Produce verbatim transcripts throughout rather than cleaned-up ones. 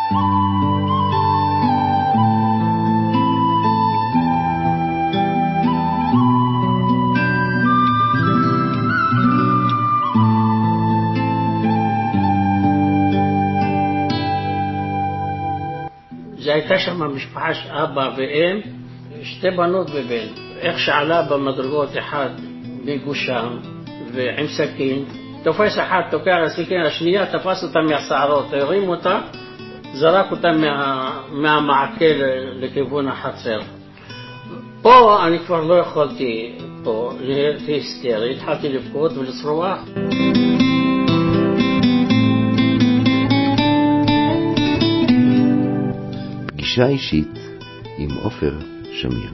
זה הייתה שם משפחה של אבא ואם, שתי בנות ובן. איך שעלה במדרגות אחד מגושם ועם סכין, תופס אחד, תוקע לסכין, השנייה תפס אותה מהשערות, הרים אותה, זרק אותה מה, מהמעקל לכיוון החצר. פה אני כבר לא יכולתי פה, נהייתי היסטרי, התחלתי לבכות ולצרוח. פגישה אישית עם עופר שמיר.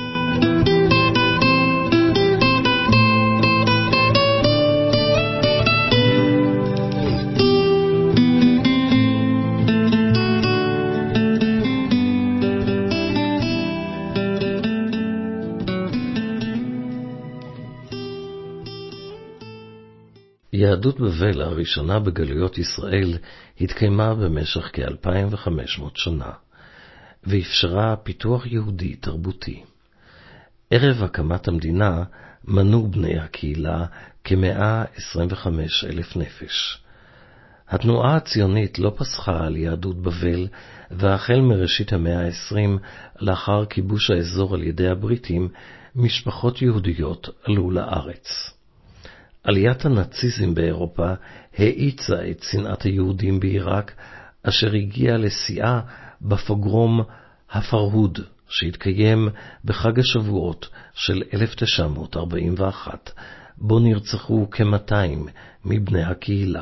יהדות בבל הראשונה בגלויות ישראל התקיימה במשך כ-אלפיים וחמש מאות שנה, ואפשרה פיתוח יהודי תרבותי. ערב הקמת המדינה מנו בני הקהילה כ-מאה עשרים וחמישה אלף נפש. התנועה הציונית לא פסחה על יהדות בבל, והחל מראשית המאה ה-עשרים, לאחר כיבוש האזור על ידי הבריטים, משפחות יהודיות עלו לארץ. עליית הנאציזם באירופה האיצה את שנאת היהודים בעיראק, אשר הגיעה לשיאה בפוגרום הפרהוד, שהתקיים בחג השבועות של אלף תשע מאות ארבעים ואחת, בו נרצחו כ-מאתיים מבני הקהילה.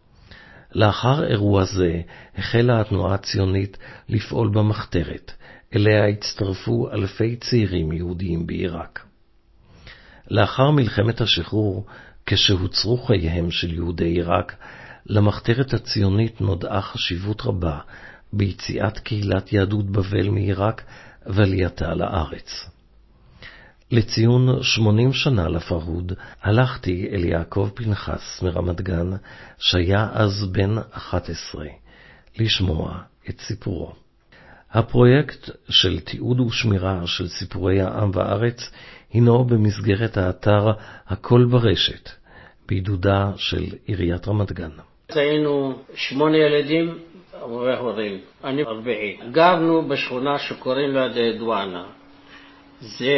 לאחר אירוע זה החלה התנועה הציונית לפעול במחתרת, אליה הצטרפו אלפי צעירים יהודיים בעיראק. לאחר מלחמת השחרור, כשהוצרו חייהם של יהודי עיראק, למחתרת הציונית נודעה חשיבות רבה ביציאת קהילת יהדות בבל מעיראק ועלייתה לארץ. לציון שמונים שנה לפרהוד, הלכתי אל יעקב פנחס מרמת גן, שהיה אז בן אחת עשרה, לשמוע את סיפורו. הפרויקט של תיעוד ושמירה של סיפורי העם והארץ הינו במסגרת האתר הכל ברשת, בעידודה של עיריית רמת גן. היינו שמונה ילדים והורים, אני ארבעי. גרנו בשכונה שקוראים לה דואנה. זה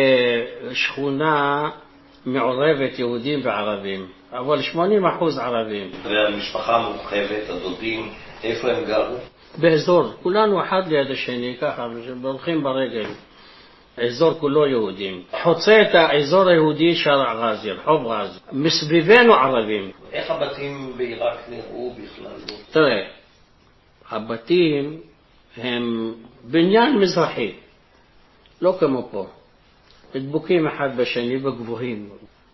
שכונה מעורבת יהודים וערבים, אבל שמונים אחוז ערבים. והמשפחה מורחבת, הדודים, איפה הם גרו? באזור, כולנו אחד ליד השני, ככה, הולכים ברגל. האזור כולו יהודים. חוצה את האזור היהודי שרע גזי, רחוב גזי. מסביבנו ערבים. איך הבתים בעיראק נראו בכלל? תראה, הבתים הם בניין מזרחי, לא כמו פה. דבוקים אחד בשני בגבוהים.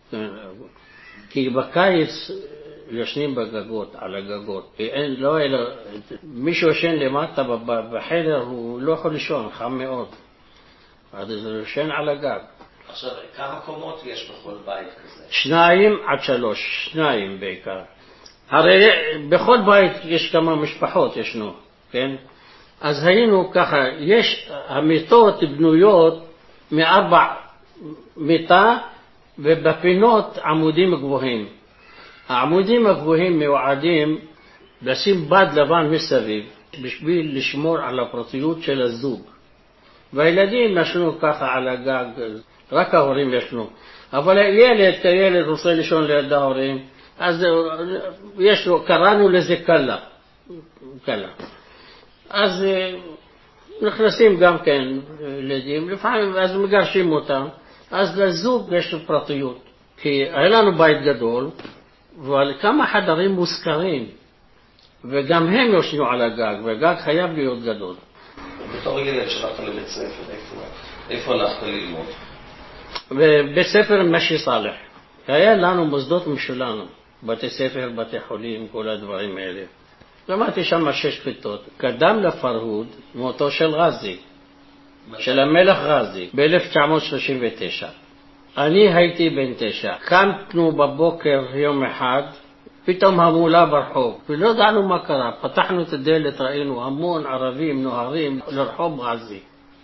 כי בקיץ ישנים בגגות, על הגגות. אין, לא, אלא, מישהו ישן למטה בחדר, הוא לא יכול לישון, חם מאוד. אז זה ישן על הגג. עכשיו, כמה קומות יש בכל בית כזה? שניים עד שלוש, שניים בעיקר. הרי בכל בית יש כמה משפחות ישנו, כן? אז היינו ככה, יש, המיטות בנויות מארבע מיטה, ובפינות עמודים גבוהים. העמודים הגבוהים מיועדים לשים בד לבן מסביב, בשביל לשמור על הפרטיות של הזוג. והילדים ישנו ככה על הגג, רק ההורים ישנו. אבל ילד, כילד רוצה לישון ליד ההורים, אז יש לו, קראנו לזה קלה. קלה. אז נכנסים גם כן ילדים, לפעמים אז מגרשים אותם. אז לזוג יש לו פרטיות. כי היה לנו בית גדול, אבל כמה חדרים מוזכרים, וגם הם יושנו על הגג, והגג חייב להיות גדול. בתור ילד שלחת לבית ספר, איפה, איפה הלכת ללמוד? בבית ספר משי סלח. היה לנו מוסדות משלנו, בתי ספר, בתי חולים, כל הדברים האלה. למדתי שם שש כיתות. קדם לפרהוד, מותו של גזי, של המלך גזי, ב-אלף תשע מאות שלושים ותשע. אני הייתי בן תשע. קמנו בבוקר יום אחד, פתאום המולה ברחוב, ולא ידענו מה קרה. פתחנו את הדלת, ראינו המון ערבים נוהרים לרחוב עזי.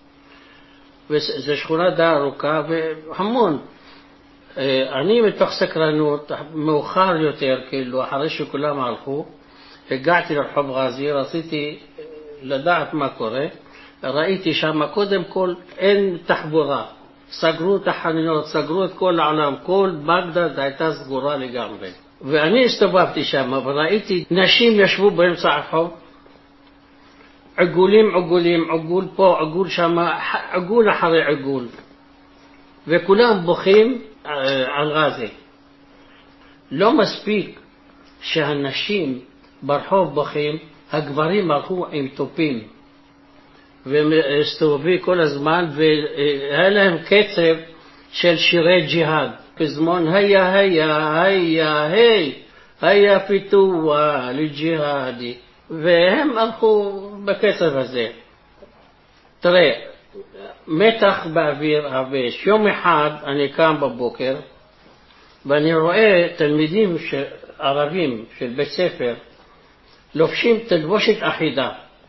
וזו שכונה די ארוכה והמון. אני מתוך סקרנות, מאוחר יותר, כאילו, אחרי שכולם הלכו, הגעתי לרחוב גזי, רציתי לדעת מה קורה. ראיתי שם, קודם כל, אין תחבורה. סגרו את החנויות, סגרו את כל העולם, כל בגדד הייתה סגורה לגמרי. ואני הסתובבתי שם, וראיתי נשים ישבו באמצע הרחוב, עגולים, עגולים, עגול פה, עגול שם, עגול אחרי עגול. וכולם בוכים על גזי. לא מספיק שהנשים ברחוב בוכים, הגברים הלכו עם טופים. והם הסתובבו כל הזמן, והיה להם קצב של שירי ג'יהאד. פזמון היה, היה, היה, היי, היה פיתוח לג'יהאדי. והם הלכו בקצב הזה. תראה, מתח באוויר הבש. יום אחד אני קם בבוקר, ואני רואה תלמידים ערבים של בית ספר, לובשים תלבושת אחידה,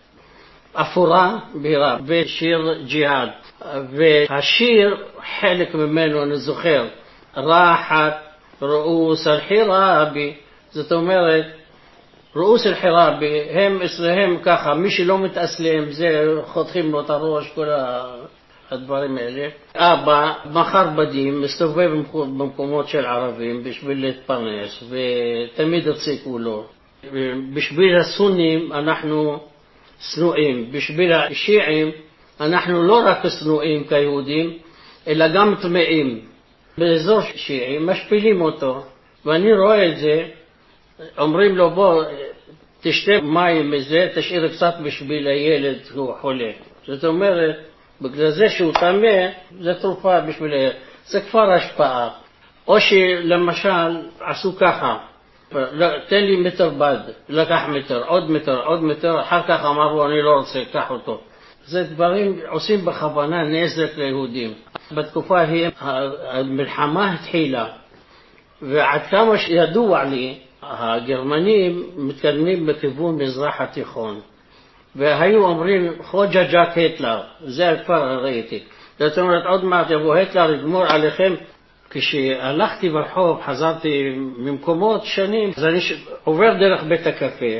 אפורה בהירה, ושיר ג'יהאד. והשיר, חלק ממנו אני זוכר, רחת רؤوس الحرابي, זאת אומרת, רؤوس الحرابي, הם אצלהם ככה, מי שלא מתאסלם, זה חותכים לו את הראש, כל הדברים האלה. אבא מחר בדים, מסתובב במקומות של ערבים בשביל להתפרנס, ותמיד הציקו לו. בשביל הסונים אנחנו שנואים, בשביל השיעים אנחנו לא רק שנואים כיהודים, אלא גם טמאים. באזור שיעי משפילים אותו, ואני רואה את זה, אומרים לו בוא תשתה מים מזה, תשאיר קצת בשביל הילד שהוא חולה. זאת אומרת, בגלל זה שהוא טמא, זה תרופה בשביל הילד. זה כבר השפעה. או שלמשל עשו ככה, תן לי מטר בד, לקח מטר, עוד מטר, עוד מטר, אחר כך אמרו אני לא רוצה, קח אותו. זה דברים עושים בכוונה נזק ליהודים. בתקופה ההיא המלחמה התחילה, ועד כמה שידוע לי, הגרמנים מתקדמים בכיוון מזרח התיכון, והיו אומרים חוג'ה ג'אק היטלר, זה כבר ראיתי. זאת אומרת, עוד מעט יבוא היטלר יגמור עליכם. כשהלכתי ברחוב, חזרתי ממקומות שנים, אז אני עובר דרך בית הקפה,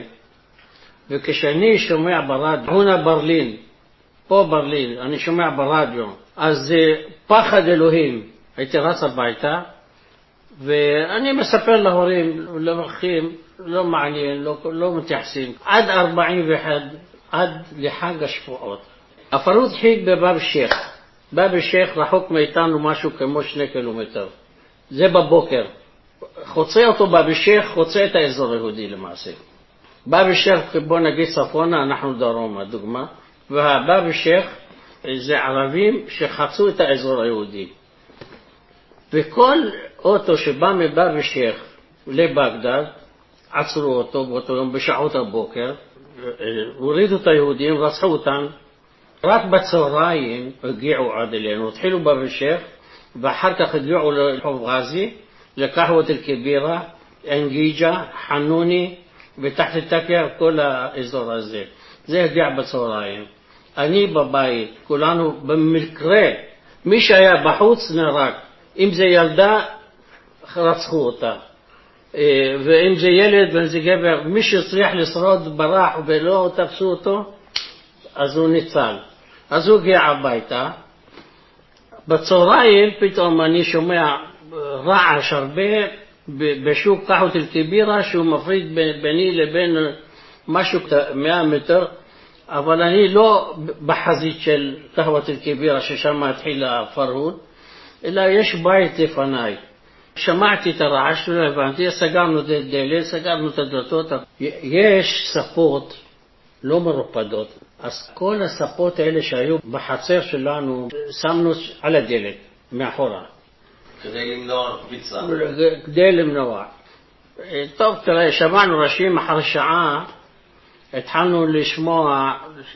וכשאני שומע ברדיו, הונה ברלין, פה ברלין, אני שומע ברדיו, אז זה פחד אלוהים. הייתי רץ הביתה, ואני מספר להורים, למחים, לא מעניין, לא, לא מתייחסים. עד ארבעים ואחת, עד לחג השבועות. הפרוד התחיל בבאב שייח. באב שייח רחוק מאיתנו משהו כמו שני קילומטר. זה בבוקר. חוצה אותו באב שייח, חוצה את האזור היהודי למעשה. באב שייח, בוא נגיד צפונה, אנחנו דרומה, דוגמה. והבאב שייח זה ערבים שחצו את האזור היהודי. וכל אוטו שבא מבאב שייח לבגדד, עצרו אותו באותו יום בשעות הבוקר, הורידו את היהודים, רצחו אותם. רק בצהריים הגיעו עד אלינו, התחילו באב שייח, ואחר כך הגיעו לרחוב גזי, לקחו את אל-כבירה, אנגיג'ה, חנוני, ותחת תקיה, כל האזור הזה. זה הגיע בצהריים. אני בבית, כולנו במקרה, מי שהיה בחוץ נהרג. אם זה ילדה, רצחו אותה. ואם זה ילד ואם זה גבר, מי שהצליח לשרוד ברח ולא תפסו אותו, אז הוא ניצל. אז הוא הגיע הביתה. בצהריים פתאום אני שומע רעש הרבה בשוק תחת אל-כבירה, שהוא מפריד ביני לבין משהו מאה מטר, אבל אני לא בחזית של תחת אל-כבירה ששם התחיל הפרהוד, אלא יש בית לפניי. שמעתי את הרעש, לא הבנתי, סגרנו את הדלת, סגרנו את הדלתות. יש ספות לא מרופדות, אז כל הספות האלה שהיו בחצר שלנו, שמנו על הדלת, מאחורה. כדי למנוע קביצה. כדי למנוע. טוב, תראה, שמענו ראשים, אחר שעה התחלנו לשמוע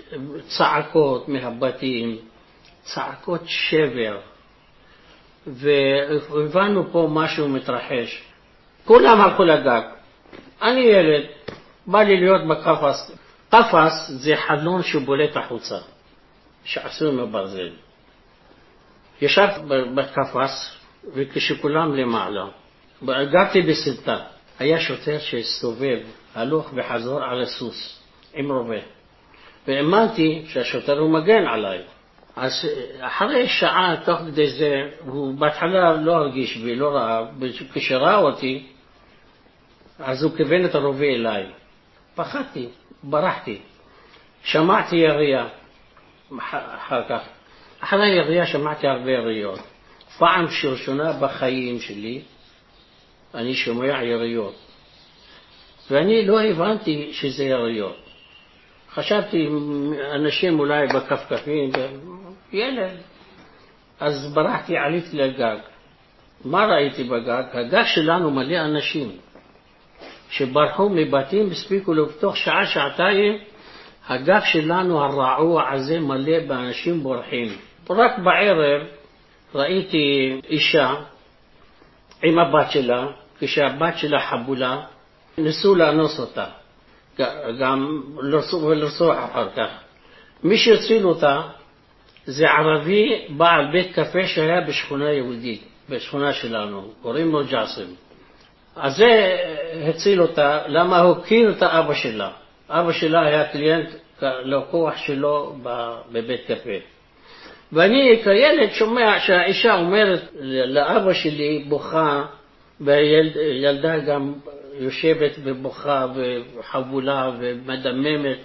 צעקות מהבתים, צעקות שבר. והבנו פה משהו מתרחש. כולם הלכו לגג, אני ילד, בא לי להיות בקפס. קפס זה חלון שבולט החוצה, שעשוי מברזל. ישב בקפס וכשכולם למעלה. גרתי בסלטה. היה שוטר שהסתובב, הלוך וחזור על הסוס, עם רובה. והאמנתי שהשוטר הוא מגן עליי. אז אחרי שעה תוך כדי זה, הוא בהתחלה לא הרגיש בי, לא ראה, כשראה אותי, אז הוא כיוון את הרובה אליי. פחדתי, ברחתי. שמעתי ירייה. אחר כך, אחרי ירייה שמעתי הרבה יריות. פעם שראשונה בחיים שלי, אני שומע יריות. ואני לא הבנתי שזה יריות. חשבתי אנשים אולי בכפכפים, ילד. אז ברחתי, עליתי לגג. מה ראיתי בגג? הגג שלנו מלא אנשים שברחו מבתים, הספיקו לבתוך שעה, שעתיים, הגג שלנו הרעוע הזה מלא באנשים בורחים. רק בערב ראיתי אישה עם הבת שלה, כשהבת שלה חבולה, ניסו לאנוס אותה, גם לרצוח אחר כך. מי שהציל אותה זה ערבי בעל בית קפה שהיה בשכונה יהודית, בשכונה שלנו, קוראים לו ג'אסם. אז זה הציל אותה, למה הוא הכיר את האבא שלה. אבא שלה היה קליינט, לקוח שלו בבית קפה. ואני כילד שומע שהאישה אומרת לאבא שלי בוכה, וילדה גם יושבת ובוכה וחבולה ומדממת,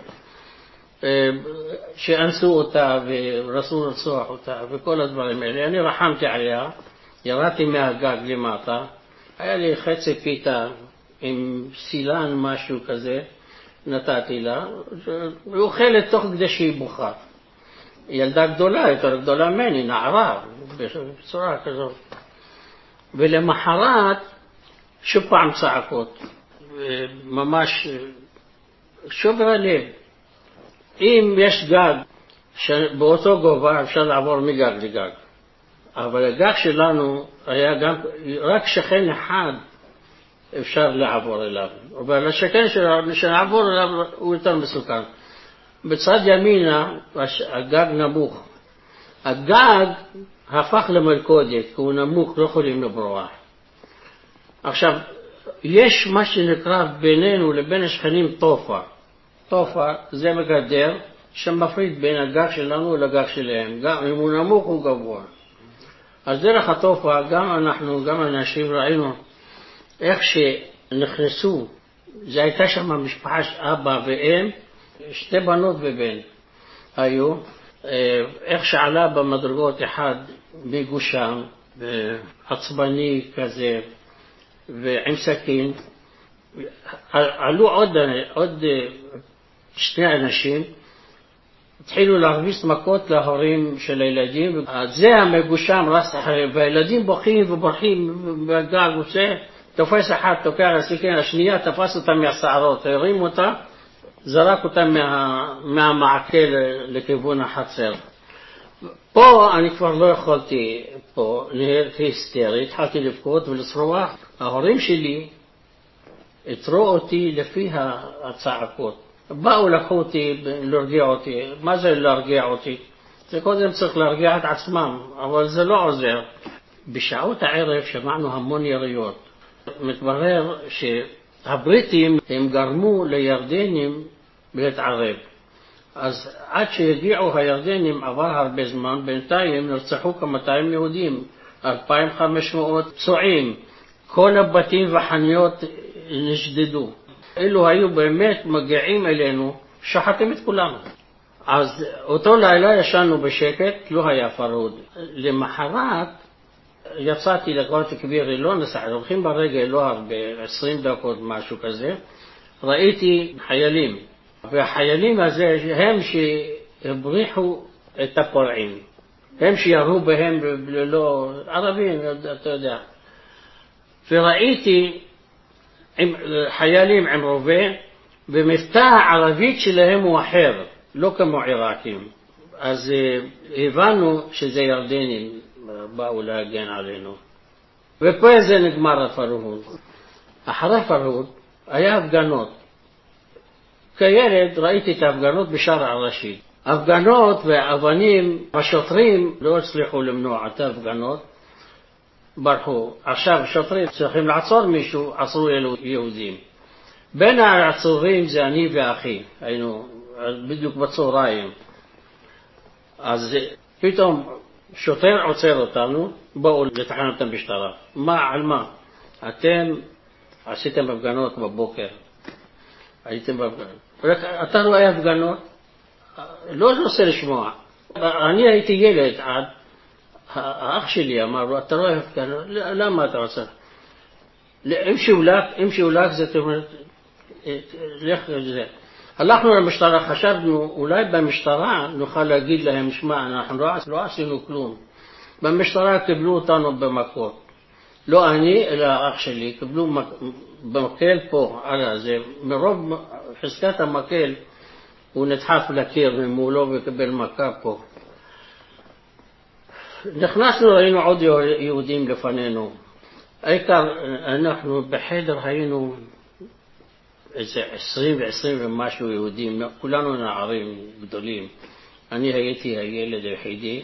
שאנסו אותה ורצו לרצוח אותה וכל הדברים האלה. אני רחמתי עליה, ירדתי מהגג למטה, היה לי חצי פיתה עם סילן משהו כזה, נתתי לה, היא אוכלת תוך כדי שהיא בוכה. ילדה גדולה, יותר גדולה ממני, נערה, בצורה כזאת. ולמחרת שוב פעם צעקות, ממש שובר הלב. אם יש גג שבאותו גובה אפשר לעבור מגג לגג, אבל הגג שלנו היה גם, רק שכן אחד אפשר לעבור אליו, אבל השכן שנעבור אליו הוא יותר מסוכן. בצד ימינה הגג נמוך, הגג הפך למלכודת, כי הוא נמוך, לא יכולים לברוח. עכשיו, יש מה שנקרא בינינו לבין השכנים תופה. תופה זה מגדר שמפריד בין הגג שלנו לגג שלהם, גם אם הוא נמוך הוא גבוה. אז דרך התופה גם אנחנו, גם אנשים ראינו איך שנכנסו, זה הייתה שם משפחה אבא ואם, שתי בנות ובן היו, איך שעלה במדרגות אחד מגושם, עצבני כזה, ועם סכין, עלו עוד, עוד שני אנשים, התחילו להרביץ מכות להורים של הילדים, זה המגושם רס אחריהם, והילדים בוכים ובורחים בגג וזה, תופס אחד, תוקע לסכין, השנייה תפס אותה מהשערות, הרים אותה, זרק אותה מה, מהמעקל לכיוון החצר. פה אני כבר לא יכולתי, פה נהייתי היסטרי, התחלתי לבכות ולצרוח. ההורים שלי התראו אותי לפי הצעקות. באו לקחו אותי, להרגיע אותי. מה זה להרגיע אותי? זה קודם צריך להרגיע את עצמם, אבל זה לא עוזר. בשעות הערב שמענו המון יריות. מתברר שהבריטים הם גרמו לירדנים להתערב. אז עד שהגיעו הירדנים עבר הרבה זמן, בינתיים נרצחו כ-מאתיים יהודים, אלפיים וחמש מאות פצועים, כל הבתים וחנויות נשדדו. אלו היו באמת מגיעים אלינו, שחטים את כולנו. אז אותו לילה ישנו בשקט, לא היה פרוד. למחרת יצאתי לקראת כבירי, לא נסע, הולכים ברגל, לא הרבה, עשרים דקות משהו כזה, ראיתי חיילים. והחיילים הזה הם שהבריחו את הפורעים, הם שירו בהם ללא ערבים, אתה יודע. וראיתי עם חיילים עם רובה, ומבטא הערבית שלהם הוא אחר, לא כמו עיראקים. אז הבנו שזה ירדנים באו להגן עלינו. ופה זה נגמר הפרהוד. אחרי הפרהוד היה הפגנות. כילד ראיתי את ההפגנות בשארע א-רשיד. הפגנות ואבנים, השוטרים לא הצליחו למנוע את ההפגנות, ברחו. עכשיו שוטרים צריכים לעצור מישהו, עצרו אלו יהודים. בין העצורים זה אני ואחי, היינו בדיוק בצהריים. אז פתאום שוטר עוצר אותנו, באו לתחנת המשטרה. מה, על מה? אתם עשיתם הפגנות בבוקר. הייתם בהפגנות. אתה רואה הפגנות? לא רוצה לשמוע. אני הייתי ילד עד, האח שלי אמר לו, אתה רואה הפגנות? למה אתה רוצה? אם שאולק, אם שאולק זאת אומרת, לך לזה. הלכנו למשטרה, חשבנו, אולי במשטרה נוכל להגיד להם, שמע, אנחנו לא, לא עשינו כלום. במשטרה קיבלו אותנו במכות. לא אני, אלא האח שלי, קיבלו במקל פה, על זה. מרוב חזקת המקל, הוא נדחף לקיר ממולו וקיבל מכה פה. נכנסנו, ראינו עוד יהודים לפנינו. העיקר, אנחנו בחדר היינו איזה עשרים ועשרים ומשהו יהודים, כולנו נערים גדולים. אני הייתי הילד היחידי,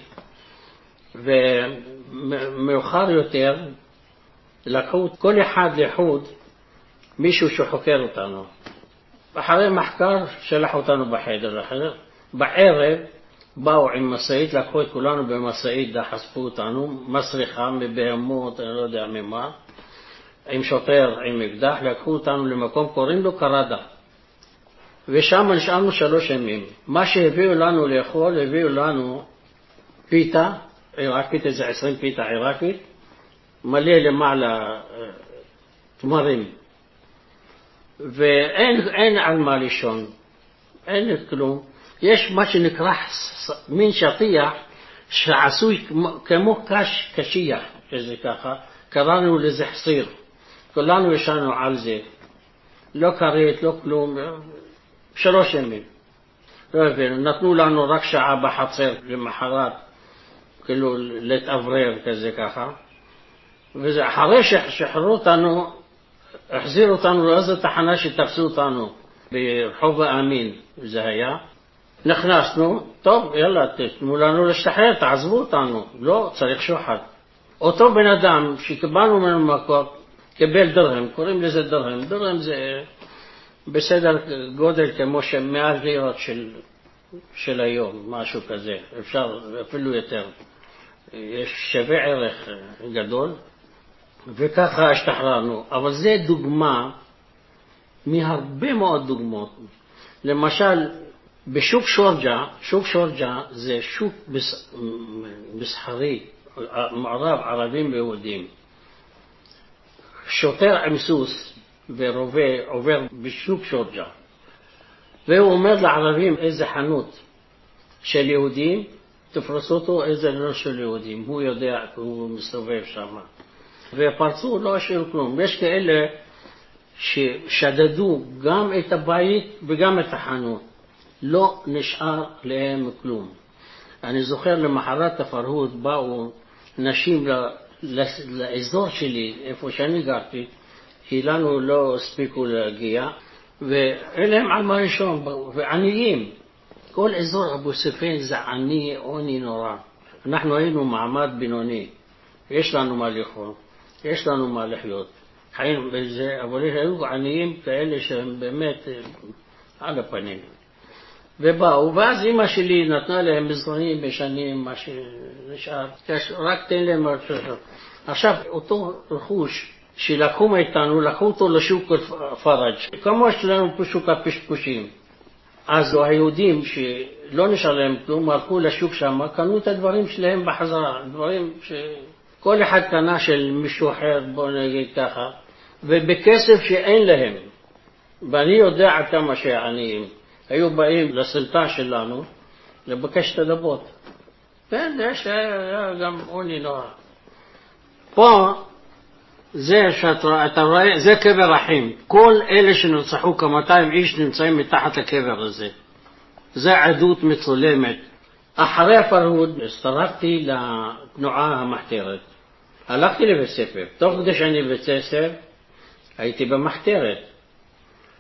ומאוחר יותר לקחו כל אחד לחוד מישהו שחוקר אותנו. אחרי מחקר שלח אותנו בחדר אחר. בערב באו עם מסעית, לקחו את כולנו במסעית, דחספו אותנו, מסריחה מבהמות, אני לא יודע ממה, עם שוטר, עם אקדח, לקחו אותנו למקום, קוראים לו קרדה. ושם נשארנו שלוש ימים. מה שהביאו לנו לאכול, הביאו לנו פיתה עיראקית, איזה עשרים פיתה עיראקית, מלא למעלה תמרים. ואין אין על מה לישון, אין כלום. יש מה שנקרא מין שטיח שעשוי כמו קש, קשיח, שזה ככה, קראנו לזה חסיר. כולנו ישנו על זה. לא קרית, לא כלום, שלוש ימים. לא הבאנו, נתנו לנו רק שעה בחצר למחרת, כאילו להתאוורר כזה ככה. וזה אחרי ששחררו אותנו, החזירו אותנו לאיזו תחנה שתפסו אותנו ברחוב האמין, זה היה. נכנסנו, טוב, יאללה, תתנו לנו להשתחרר, תעזבו אותנו. לא, צריך שוחד. אותו בן אדם שקיבלנו ממנו מכות, קיבל דרהם, קוראים לזה דרהם. דרהם זה בסדר גודל כמו שמאה לירות של, של היום, משהו כזה. אפשר אפילו יותר. יש שווה ערך גדול. וככה השתחררנו. אבל זה דוגמה מהרבה מאוד דוגמאות. למשל, בשוק שורג'ה, שוק שורג'ה זה שוק מסחרי, מערב ערבים ויהודים. שוטר עם סוס ורובה עובר בשוק שורג'ה. והוא אומר לערבים איזה חנות של יהודים, תפרסו אותו איזה לא של יהודים. הוא יודע, הוא מסתובב שם. ופרצו, לא השאירו כלום. יש כאלה ששדדו גם את הבית וגם את החנות. לא נשאר להם כלום. אני זוכר למחרת הפרהוד באו נשים לאזור שלי, איפה שאני גרתי, כי לנו לא הספיקו להגיע, ואליהם על מה ראשון, ועניים. כל אזור אבו ספין זה עני, עוני נורא. אנחנו היינו מעמד בינוני. יש לנו מה לאכול. יש לנו מה לחיות. חיים בזה, אבל היו עניים כאלה שהם באמת על הפנים. ובאו, ואז אמא שלי נתנה להם מזרונים בשנים, מה שנשאר. רק תן להם הרששות. עכשיו, אותו רכוש שלקחו מאיתנו, לקחו אותו לשוק פרג'. כמו שלנו שוק הפשפושים. אז היהודים שלא נשאר להם כלום, הלכו לשוק שם, קנו את הדברים שלהם בחזרה. דברים ש... כל אחד קנה של מישהו אחר, בוא נגיד ככה, ובכסף שאין להם. ואני יודע עד כמה שהעניים היו באים לסלטה שלנו לבקש את הדבות. כן, יש גם עוני נורא. פה, זה שאתה רואה, זה קבר אחים. כל אלה שנרצחו כ-מאתיים איש נמצאים מתחת לקבר הזה. זה עדות מצולמת. אחרי הפרהוד הצטרפתי לתנועה המחתרת. הלכתי לבית ספר. תוך כדי שאני בבית ספר הייתי במחתרת.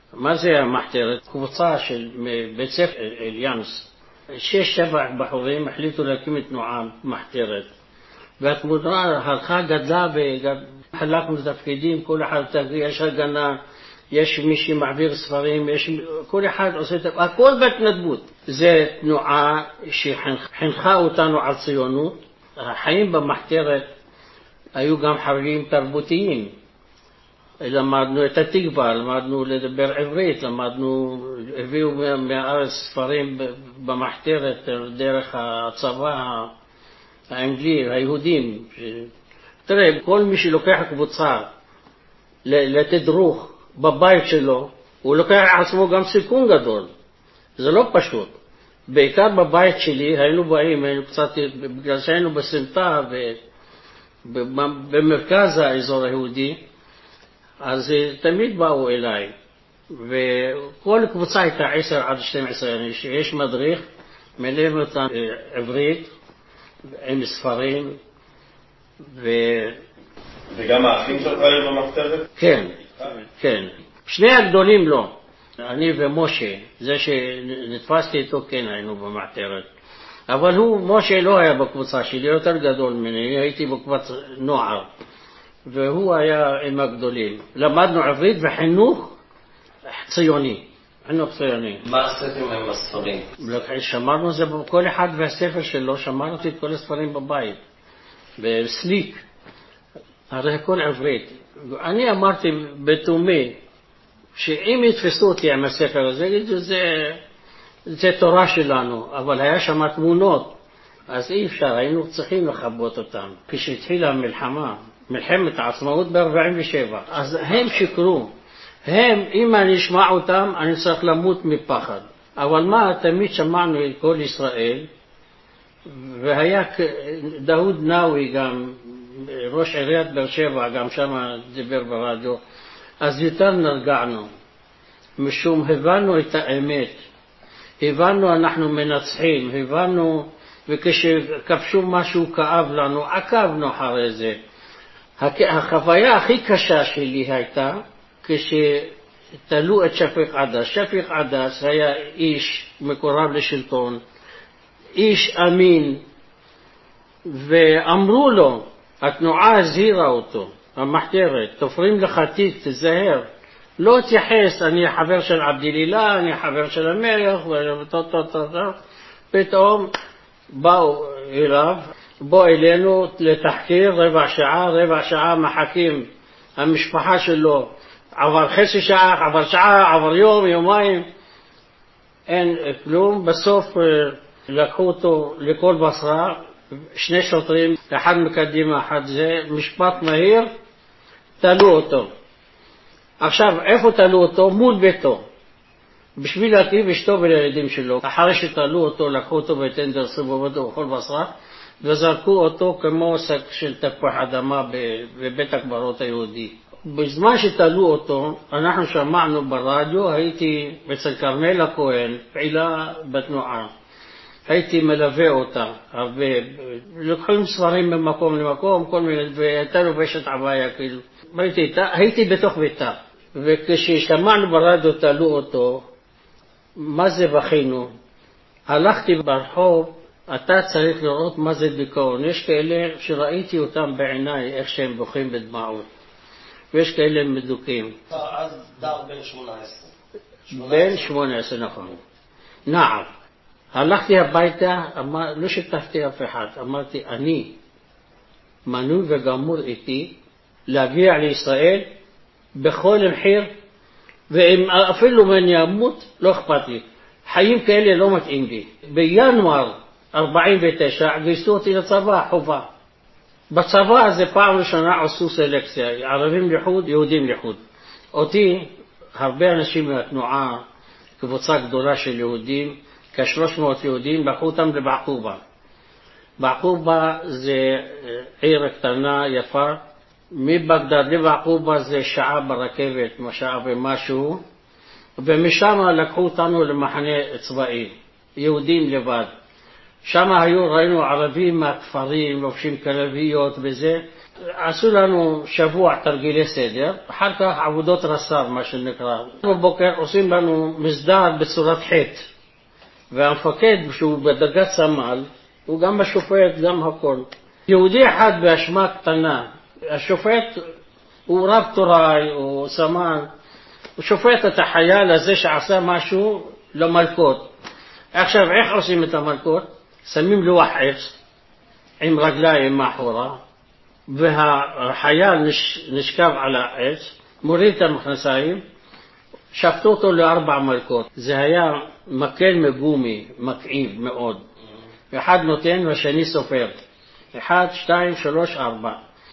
מה זה המחתרת? קבוצה של בית ספר אליאנס. שש שבע בחורים החליטו להקים תנועה מחתרת. והתמונה הלכה גדלה וחלקנו תפקידים, כל אחד תפקיד, יש הגנה, יש מי שמעביר ספרים, יש, כל אחד עושה את הכל בהתנדבות. זה תנועה שחינכה אותנו על ציונות. החיים במחתרת היו גם חיים תרבותיים. למדנו את התקווה, למדנו לדבר עברית, למדנו, הביאו מהארץ ספרים במחתרת דרך הצבא האנגלי, היהודים. תראה, כל מי שלוקח קבוצה לתדרוך בבית שלו, הוא לוקח על עצמו גם סיכון גדול. זה לא פשוט. בעיקר בבית שלי היינו באים, היינו קצת, בגלל שהיינו בסמטה במרכז האזור היהודי, אז תמיד באו אליי, וכל קבוצה הייתה עשר עד שתים עשרה, יש מדריך, מלמד אותם עברית, עם ספרים, ו... וגם האחים שלך היו במחתרת? כן, כן. שני הגדולים לא. אני ומשה, זה שנתפסתי איתו, כן היינו במחתרת. אבל הוא, משה לא היה בקבוצה שלי, יותר גדול ממני, הייתי בקבוצת נוער. והוא היה עם הגדולים. למדנו עברית וחינוך ציוני. חינוך ציוני. מה עשיתם עם הספרים? שמרנו זה, כל אחד והספר שלו, שמרתי את כל הספרים בבית. בסליק. הרי הכל עברית. אני אמרתי בתומי, שאם יתפסו אותי עם הספר הזה, יגידו זה, זה תורה שלנו, אבל היה שם תמונות, אז אי אפשר, היינו צריכים לחבות אותם. כשהתחילה המלחמה, מלחמת העצמאות ב-ארבעים ושבע, אז הם שקרו. הם, אם אני אשמע אותם, אני צריך למות מפחד. אבל מה, תמיד שמענו את כל ישראל, והיה דאוד נאווי גם, ראש עיריית באר שבע, גם שם דיבר ברדיו, אז יותר נרגענו, משום הבנו את האמת, הבנו אנחנו מנצחים, הבנו, וכשכבשו משהו כאב לנו, עקבנו אחרי זה. החוויה הכי קשה שלי הייתה כשתלו את שפיק עדס. שפיק עדס היה איש מקורב לשלטון, איש אמין, ואמרו לו, התנועה הזהירה אותו, המחתרת, תופרים לך תיק, תזהר, לא תייחס, אני חבר של עבדילילה, אני חבר של המלך, פתאום באו אליו, בוא אלינו לתחקיר רבע שעה, רבע שעה מחכים, המשפחה שלו, עבר חצי שעה, עבר שעה, עבר יום, יומיים, אין כלום. בסוף לקחו אותו לכל בשרה, שני שוטרים, אחד מקדימה, אחד זה, משפט מהיר, תלו אותו. עכשיו, איפה תלו אותו? מול ביתו. בשביל להטיב אשתו ולילדים שלו. אחרי שתלו אותו, לקחו אותו בטנדר, סבבו אותו בכל בשרה, וזרקו אותו כמו שק של תפוח אדמה בבית הקברות היהודי. בזמן שתלו אותו, אנחנו שמענו ברדיו, הייתי אצל כרמל הכהן, פעילה בתנועה. הייתי מלווה אותה הרבה, לקחים ספרים ממקום למקום, כל מיני, והייתה לובשת עבאיה, כאילו. הייתי, הייתי בתוך ביתה, וכששמענו ברדיו תלו אותו, מה זה בכינו? הלכתי ברחוב, אתה צריך לראות מה זה דיכאון. יש כאלה שראיתי אותם בעיניי, איך שהם בוכים בדמעות. ויש כאלה מדוקים. אז דר בן שמונה עשרה. בן שמונה עשרה, נכון. נער. הלכתי הביתה, אמר, לא שיתפתי אף אחד. אמרתי, אני מנוי וגמור איתי להגיע לישראל בכל מחיר, ואם אפילו מני אמות, לא אכפת לי. חיים כאלה לא מתאים לי. בינואר ארבעים ותשע גייסו אותי לצבא, חובה. בצבא זה פעם ראשונה עשו סלקציה, ערבים לחוד, יהודים לחוד. אותי, הרבה אנשים מהתנועה, קבוצה גדולה של יהודים, כ-שלוש מאות יהודים, לקחו אותם לבעקובה. בעקובה זה עיר קטנה, יפה. מבגדד לבעקובה זה שעה ברכבת, שעה ומשהו. ומשם לקחו אותנו למחנה צבאי, יהודים לבד. שם היו, ראינו ערבים מהכפרים, לובשים כלביות וזה. עשו לנו שבוע תרגילי סדר, אחר כך עבודות רס"ר, מה שנקרא. בבוקר עושים לנו מסדר בצורת חטא. והמפקד, שהוא בדרגת סמל, הוא גם השופט, גם הכל. יהודי אחד באשמה קטנה. השופט הוא רב תוראי, הוא סמל. הוא שופט את החייל הזה שעשה משהו למלכות. עכשיו, איך עושים את המלכות? שמים לוח עץ עם רגליים מאחורה, והחייל נש, נשכב על העץ, מוריד את המכנסיים, שפטו אותו לארבע מלכות. זה היה מקל מגומי, מקעיב מאוד. אחד נותן והשני סופר. אחד, שתיים, שלוש, ארבע.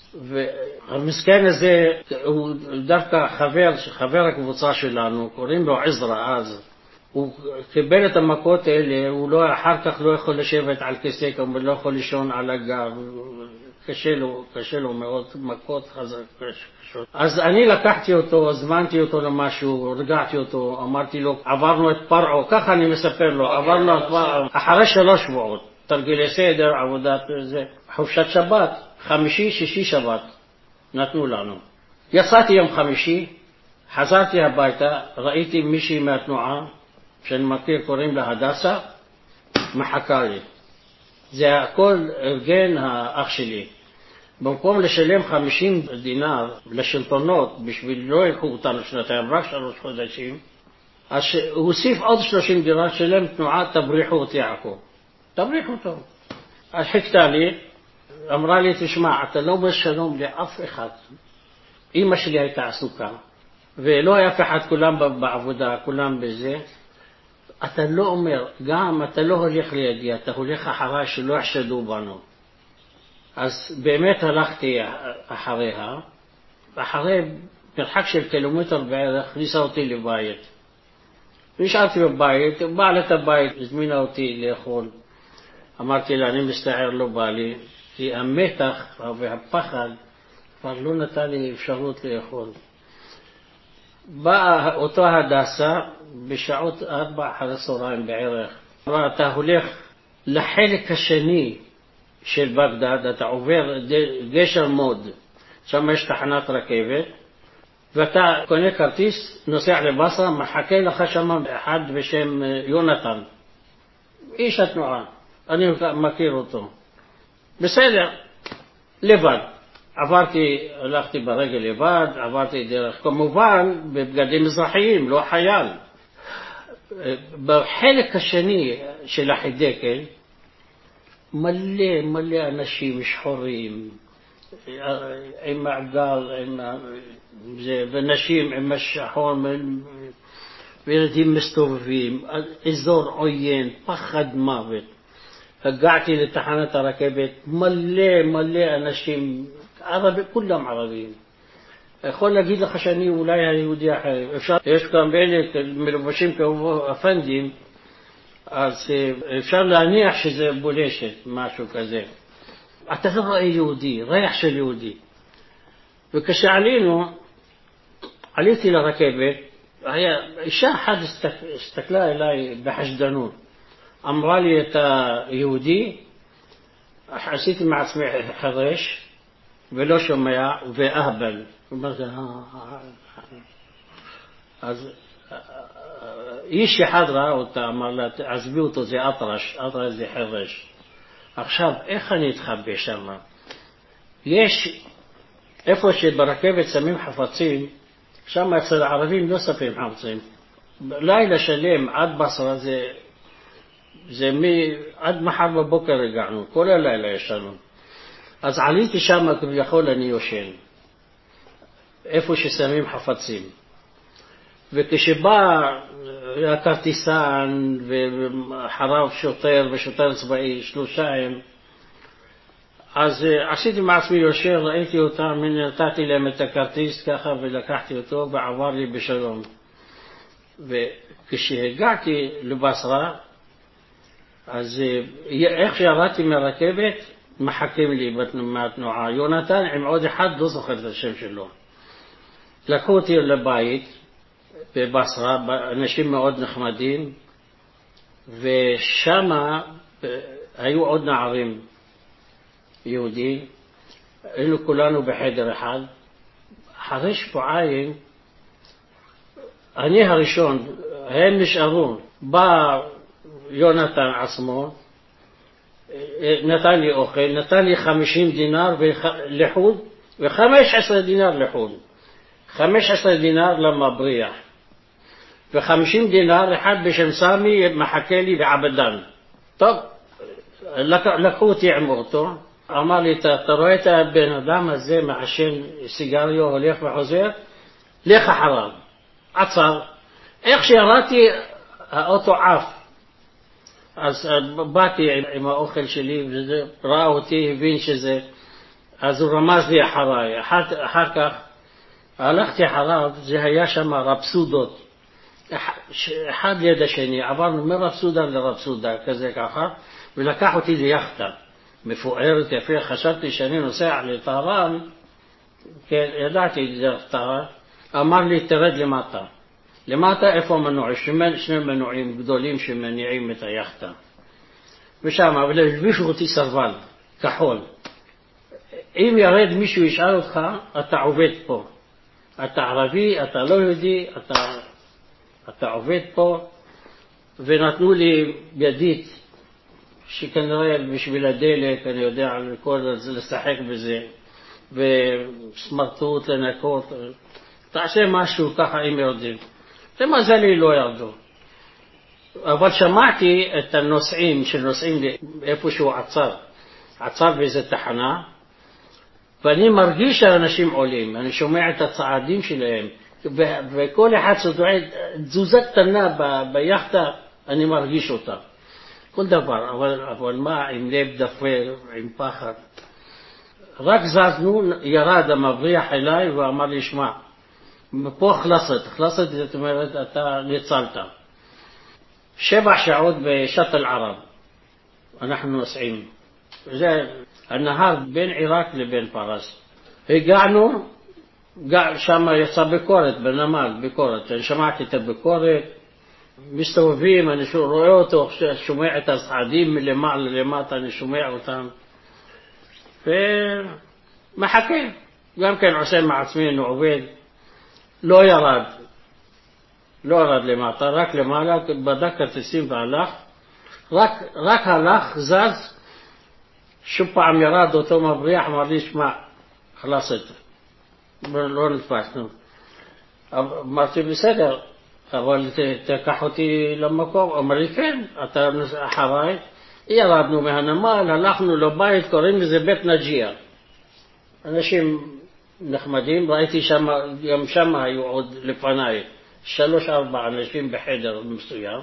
והמסכן הזה הוא דווקא חבר, חבר הקבוצה שלנו, קוראים לו עזרא אז. הוא קיבל את המכות האלה, הוא לא, אחר כך לא יכול לשבת על כיסא, הוא לא יכול לישון על הגב, קשה לו, קשה לו מאוד, מכות חזקות. אז אני לקחתי אותו, הזמנתי אותו למשהו, הרגעתי אותו, אמרתי לו, עברנו את פרעו, ככה אני מספר לו, עברנו את פרעו, אחרי שלוש שבועות, תרגילי סדר, עבודת זה, חופשת שבת, חמישי, שישי, שבת, נתנו לנו. יצאתי יום חמישי, חזרתי הביתה, ראיתי מישהי מהתנועה, שאני מכיר, קוראים לה הדסה, מחכה לי. זה הכל ארגן האח שלי. במקום לשלם חמישים דינר לשלטונות, בשביל לא ילכו אותנו שנתיים, רק שלוש חודשים, אז הוא הוסיף עוד שלושים דינר, שלם תנועה, תבריחו אותי עכו. תבריחו אותו. אז חיכתה לי, אמרה לי, תשמע, אתה לא בשלום לאף אחד. אמא שלי הייתה עסוקה, ולא היה אף אחד, כולם בעבודה, כולם בזה. אתה לא אומר, גם אתה לא הולך לידי, אתה הולך אחריי שלא יחשדו בנו. אז באמת הלכתי אחריה, אחרי מרחק של קילומטר בערך, הכניסה אותי לבית. נשארתי בבית, בעלת הבית הזמינה אותי לאכול. אמרתי לה, אני מסתער, לא בא לי, כי המתח והפחד כבר לא נתן לי אפשרות לאכול. באה אותו הדסה בשעות ארבע אחרי הצהריים בערך. אמרה, אתה הולך לחלק השני של בגדד, אתה עובר גשר מוד, שם יש תחנת רכבת, ואתה קונה כרטיס, נוסע לבסרה, מחכה לך שם אחד בשם יונתן, איש התנועה, אני מכיר אותו. בסדר, לבד. עברתי, הלכתי ברגל לבד, עברתי דרך, כמובן בבגדים אזרחיים, לא חייל. בחלק השני של החידקל, מלא מלא אנשים שחורים, עם מעגל, עם זה, ונשים עם השחור, וילדים מסתובבים, אזור עוין, פחד מוות. הגעתי לתחנת הרכבת, מלא מלא אנשים, ערבי, כולם ערבים. יכול להגיד לך שאני אולי היהודי אחר. אפשר, יש גם אלה מלובשים כאובו אפנדים, אז אפשר להניח שזה בולשת, משהו כזה. אתה לא רואה יהודי, ריח של יהודי. וכשעלינו, עליתי לרכבת, היה, אישה אחת הסתכלה אליי בחשדנות. אמרה לי, אתה יהודי? עשיתי מעצמי חרש, ולא שומע, ואהבל. אז איש אחד ראה אותה, אמר לה, עזבי אותו, זה אטרש, אטרש זה חרש. עכשיו, איך אני אתחבא שם? יש, איפה שברכבת שמים חפצים, שם אצל הערבים לא שמים חפצים. לילה שלם עד בסרה זה, זה מי, עד מחר בבוקר הגענו, כל הלילה יש לנו. אז עליתי שם כביכול אני יושן, איפה ששמים חפצים. וכשבא הכרטיסן ואחריו שוטר ושוטר צבאי, שלושה הם, אז עשיתי מעצמי יושר, ראיתי אותם, נתתי להם את הכרטיס ככה ולקחתי אותו ועבר לי בשלום. וכשהגעתי לבסרה, אז איך שירדתי מהרכבת, מחכים לי מהתנועה. יונתן עם עוד אחד, לא זוכר את השם שלו. לקחו אותי לבית בבסרה, אנשים מאוד נחמדים, ושמה היו עוד נערים יהודים, היינו כולנו בחדר אחד. אחרי שבועיים, אני הראשון, הם נשארו, בא יונתן עצמו, נתן לי אוכל, נתן לי חמישים דינר לחוד, וחמש עשרה דינר לחוד. חמש עשרה דינר למבריח, וחמישים דינר אחד בשם סמי מחכה לי בעבדן. טוב, לקחו אותי עם אוטו, אמר לי, אתה רואה את הבן אדם הזה מעשן סיגריו, הולך וחוזר? לך אחריו. עצר. איך שירדתי, האוטו עף. אז באתי עם האוכל שלי, ראה אותי, הבין שזה, אז הוא רמז לי אחריי. אחר, אחר כך הלכתי אחריו, זה היה שם רפסודות. אחד ליד השני, עברנו מרפסודה לרפסודה, כזה ככה, ולקח אותי ליחדה. מפוארת יפה, חשבתי שאני נוסע לטהרן, כן, ידעתי דרך טהרן, אמר לי תרד למטה. למטה איפה מנוע? שני, שני מנועים גדולים שמניעים את היחדה. ושם, אבל הלבישו אותי סרבל, כחול. אם ירד מישהו ישאל אותך, אתה עובד פה. אתה ערבי, אתה לא יהודי, אתה, אתה עובד פה. ונתנו לי ידית, שכנראה בשביל הדלק, אני יודע, לשחק בזה, וסמרטוט לנקות, תעשה משהו ככה אם יורדים. למזלי לא ירדו. אבל שמעתי את הנוסעים שנוסעים איפה שהוא עצר, עצר באיזה תחנה, ואני מרגיש שהאנשים עולים, אני שומע את הצעדים שלהם, וכל אחד שדועד, תזוזה קטנה ביחדה, אני מרגיש אותה. כל דבר, אבל, אבל מה, עם לב דפר, עם פחד. רק זזנו, ירד המבריח אליי ואמר לי, שמע, פה חלסת, חלסת זאת אומרת, אתה ניצלת. שבע שעות בשטל ערב, אנחנו נוסעים. זה הנהר בין עיראק לבין פרס. הגענו, שם יצא ביקורת, בנמל, ביקורת. אני שמעתי את הביקורת, מסתובבים, אני רואה אותו, שומע את הצעדים מלמעלה למטה, אני שומע אותם. ומחכה, גם כן עושה מעצמנו, עובד. לא ירד, לא ירד למטה, רק למעלה, בדק כרטיסים והלך. רק, רק הלך, זז, שוב פעם ירד אותו מבריח, אמר לי, שמע, חלסת. לא נתפסנו. אמרתי, בסדר, אבל תקח אותי למקום. אמר לי, כן, אתה אחריי. ירדנו מהנמל, הלכנו לבית, קוראים לזה בית נג'יה. אנשים נחמדים, ראיתי שם, גם שם היו עוד לפניי, שלוש ארבע אנשים בחדר מסוים.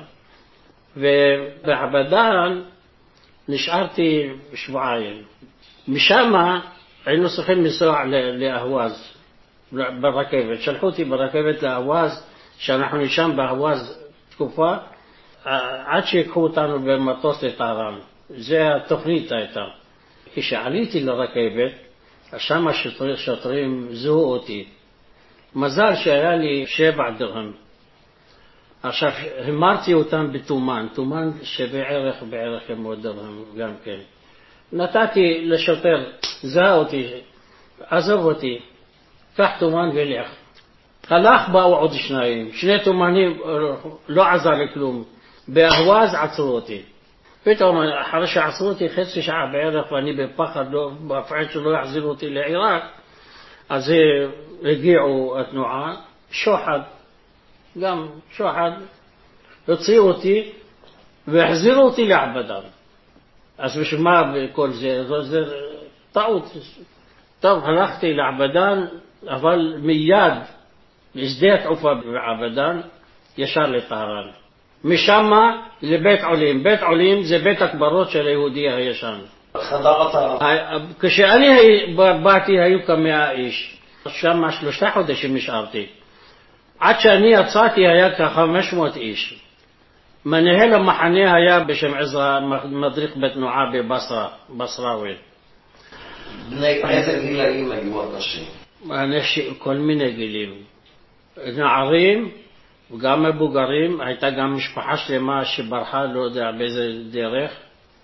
ובעבדן נשארתי שבועיים. משם היינו צריכים לנסוע לאהווז ברכבת. שלחו אותי ברכבת לאהווז, שאנחנו נשם באהווז תקופה, עד שיקחו אותנו במטוס לטהרן. זה התוכנית הייתה. כשעליתי לרכבת, שם השוטרים, שוטרים זוהו אותי. מזל שהיה לי שבע דרהם. עכשיו, המרתי אותם בתומן, תומן שווה ערך בערך כמו דרהם גם כן. נתתי לשוטר, זהה אותי, עזוב אותי, קח תומן ולך. הלך, באו עוד שניים, שני תומנים, לא עזר לי כלום. באהווז עצרו אותי. פתאום אחרי שעצרו אותי חצי שעה בערך, ואני בפחד, לא, בפחד שלא יחזירו אותי לעיראק, אז הגיעו התנועה, שוחד, גם שוחד, הוציאו אותי והחזירו אותי לעבדן. אז בשביל מה בכל זה? זה, זה טעות. טוב, הלכתי לעבדן, אבל מיד לשדה התעופה בעבדן, ישר לטהרן. משם לבית עולים. בית עולים זה בית הקברות של היהודי הישן. חדר הטהרן. כשאני באתי היו כמאה איש. שם שלושה חודשים נשארתי. עד שאני יצאתי היה כ-חמש מאות איש. מנהל המחנה היה בשם עזרא, מדריך בתנועה בבסרה, בסראווי. בני איזה גילאים היו אנשים? אנשים, כל מיני גילים. נערים וגם מבוגרים, הייתה גם משפחה שלמה שברחה, לא יודע באיזה דרך.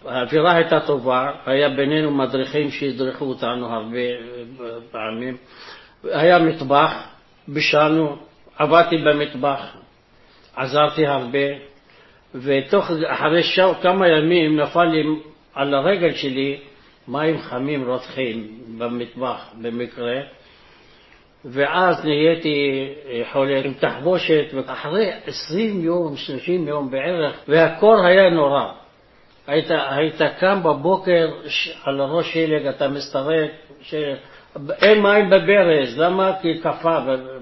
האווירה הייתה טובה, היה בינינו מדריכים שהדריכו אותנו הרבה פעמים, היה מטבח, בישלנו, עבדתי במטבח, עזרתי הרבה, ותוך אחרי שעה, כמה ימים נפל לי על הרגל שלי מים חמים רותחים במטבח במקרה, ואז נהייתי חולה עם תחבושת, ואחרי עשרים יום, שלושים יום בערך, והקור היה נורא. היית, היית קם בבוקר על הראש שלג, אתה מסתרק, אין מים בברז, למה? כי קפה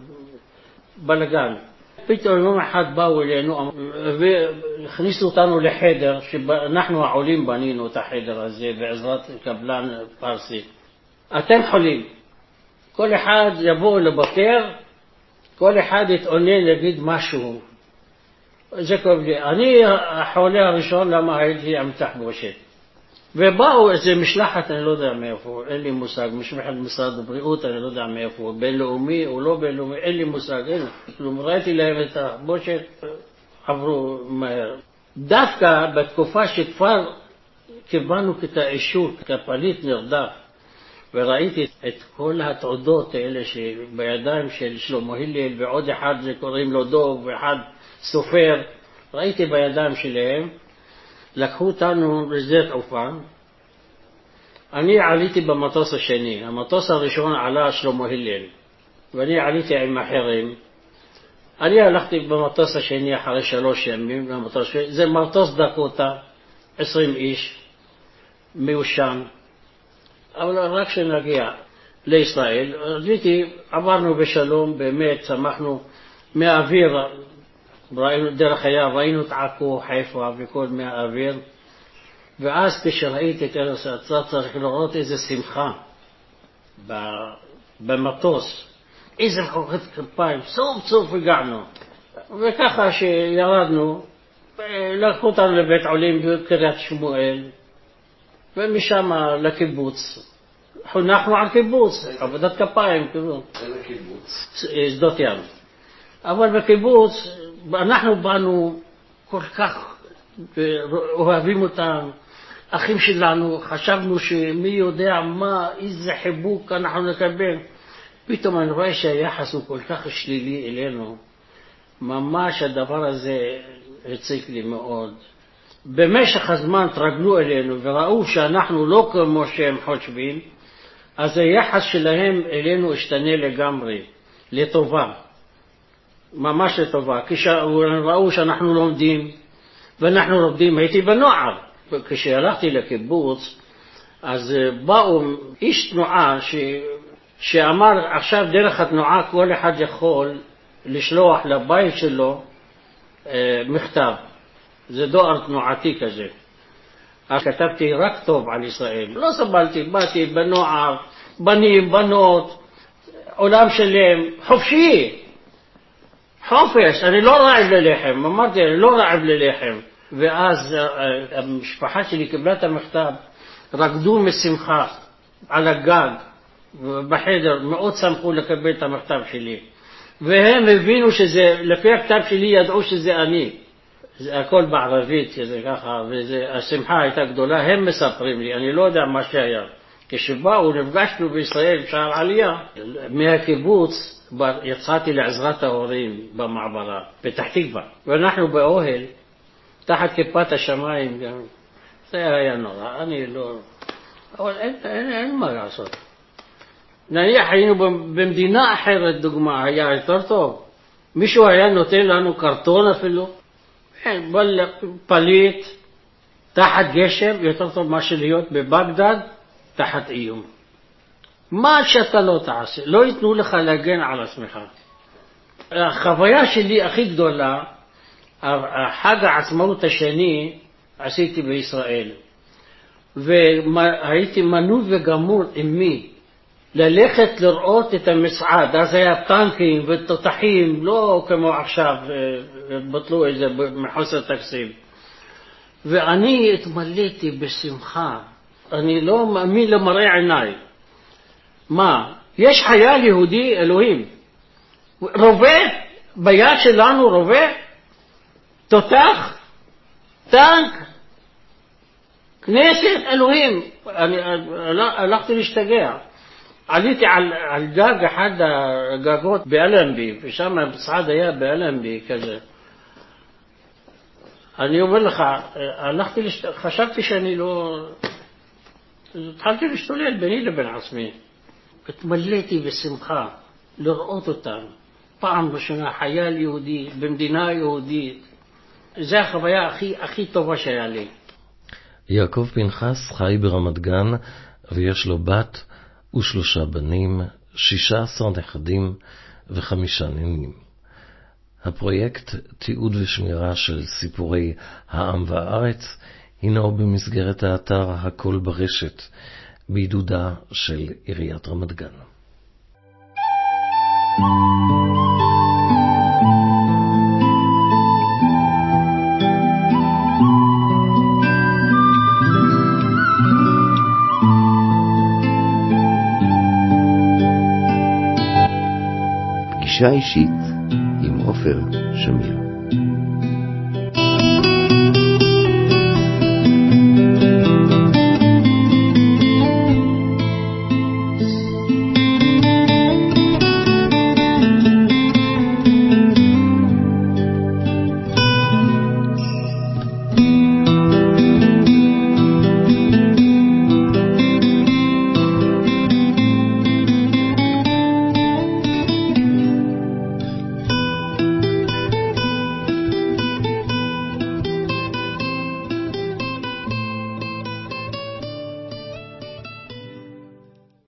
בלגן. פתאום יום אחד באו אלינו והכניסו אותנו לחדר, שאנחנו העולים בנינו את החדר הזה בעזרת קבלן פרסי. אתם חולים. כל אחד יבוא לבקר, כל אחד יתעונן להגיד משהו. זה כואב לי. אני החולה הראשון, למה הייתי עם תחבושת. ובאו איזה משלחת, אני לא יודע מאיפה, אין לי מושג, משלחת משרד הבריאות, אני לא יודע מאיפה, בינלאומי או לא בינלאומי, אין לי מושג, אין. כלום, ראיתי להם את התחבושת, עברו מהר. דווקא בתקופה שכבר קיבלנו את האישור, כפליט נרדף, וראיתי את כל התעודות האלה שבידיים של שלמה הלל, ועוד אחד שקוראים לו דוב, ואחד סופר, ראיתי בידיים שלהם, לקחו אותנו לשדה תעופה, אני עליתי במטוס השני, המטוס הראשון עלה שלמה הלל, ואני עליתי עם אחרים, אני הלכתי במטוס השני אחרי שלוש ימים, למטוס, זה מטוס דקוטה, עשרים איש, מיושן, אבל רק שנגיע לישראל, ראיתי, עברנו בשלום, באמת, שמחנו מהאוויר, ראינו דרך הים, ראינו את עכו, חיפה וכל מהאוויר, ואז כשראיתי את ארץ האצלה צריך לראות איזה שמחה במטוס, איזה מחוקת כפיים, סוף סוף הגענו. וככה שירדנו, לקחו אותנו לבית עולים בקריית שמואל, ומשם לקיבוץ. חונכנו על קיבוץ, עבודת כפיים, כאילו. איזה קיבוץ? שדות ים. אבל בקיבוץ, אנחנו באנו כל כך אוהבים אותם, אחים שלנו, חשבנו שמי יודע מה, איזה חיבוק אנחנו נקבל. פתאום אני רואה שהיחס הוא כל כך שלילי אלינו. ממש הדבר הזה הציק לי מאוד. במשך הזמן תרגלו אלינו וראו שאנחנו לא כמו שהם חושבים, אז היחס שלהם אלינו השתנה לגמרי, לטובה. ממש לטובה. כשראו שאנחנו לומדים, ואנחנו לומדים, הייתי בנוער. כשהלכתי לקיבוץ, אז באו איש תנועה ש... שאמר עכשיו דרך התנועה כל אחד יכול לשלוח לבית שלו אה, מכתב. זה דואר תנועתי כזה. אז כתבתי רק טוב על ישראל. לא סבלתי, באתי בנוער, בנים, בנות, עולם שלם, חופשי. חופש, אני לא רעב ללחם. אמרתי, אני לא רעב ללחם. ואז המשפחה שלי קיבלה את המכתב, רקדו משמחה על הגג בחדר, מאוד שמחו לקבל את המכתב שלי. והם הבינו שזה, לפי הכתב שלי ידעו שזה אני. זה הכל בערבית, שזה ככה, והשמחה הייתה גדולה. הם מספרים לי, אני לא יודע מה שהיה. כשבאו, נפגשנו בישראל, שער עלייה, מהקיבוץ, יצאתי לעזרת ההורים במעברה, פתח תקווה. ואנחנו באוהל, תחת כיפת השמיים גם. זה היה נורא, אני לא... אבל אין, אין, אין מה לעשות. נניח היינו במדינה אחרת, דוגמה, היה יותר טוב. מישהו היה נותן לנו קרטון אפילו. אין, פליט, תחת גשם, יותר טוב מה שלהיות בבגדד, תחת איום. מה שאתה לא תעשה, לא ייתנו לך להגן על עצמך. החוויה שלי הכי גדולה, החג העצמאות השני עשיתי בישראל, והייתי מנוי וגמור עם מי ללכת לראות את המצעד. אז היה טנקים ותותחים, לא כמו עכשיו, בטלו את זה מחוסר תקציב. ואני התמלאתי בשמחה, אני לא מאמין למראה עיניי. מה? יש חייל יהודי, אלוהים, רובה, ביד שלנו רובה, תותח, טנק, כנסת, אלוהים, אני הלכתי להשתגע. עליתי על, על גג אחד הגגות באלנבי, ושם המשרד היה באלנבי כזה. אני אומר לך, הלכתי, לשת... חשבתי שאני לא... התחלתי להשתולל ביני לבין עצמי. התמלאתי בשמחה לראות אותם. פעם ראשונה חייל יהודי במדינה יהודית. זו החוויה הכי, הכי טובה שהיה לי. יעקב פנחס חי ברמת גן, ויש לו בת ושלושה בנים, שישה עשר נכדים וחמישה נינים. הפרויקט תיעוד ושמירה של סיפורי העם והארץ הינו במסגרת האתר הכל ברשת, בעידודה של עיריית רמת גן. פגישה אישית עם עופר שמיר.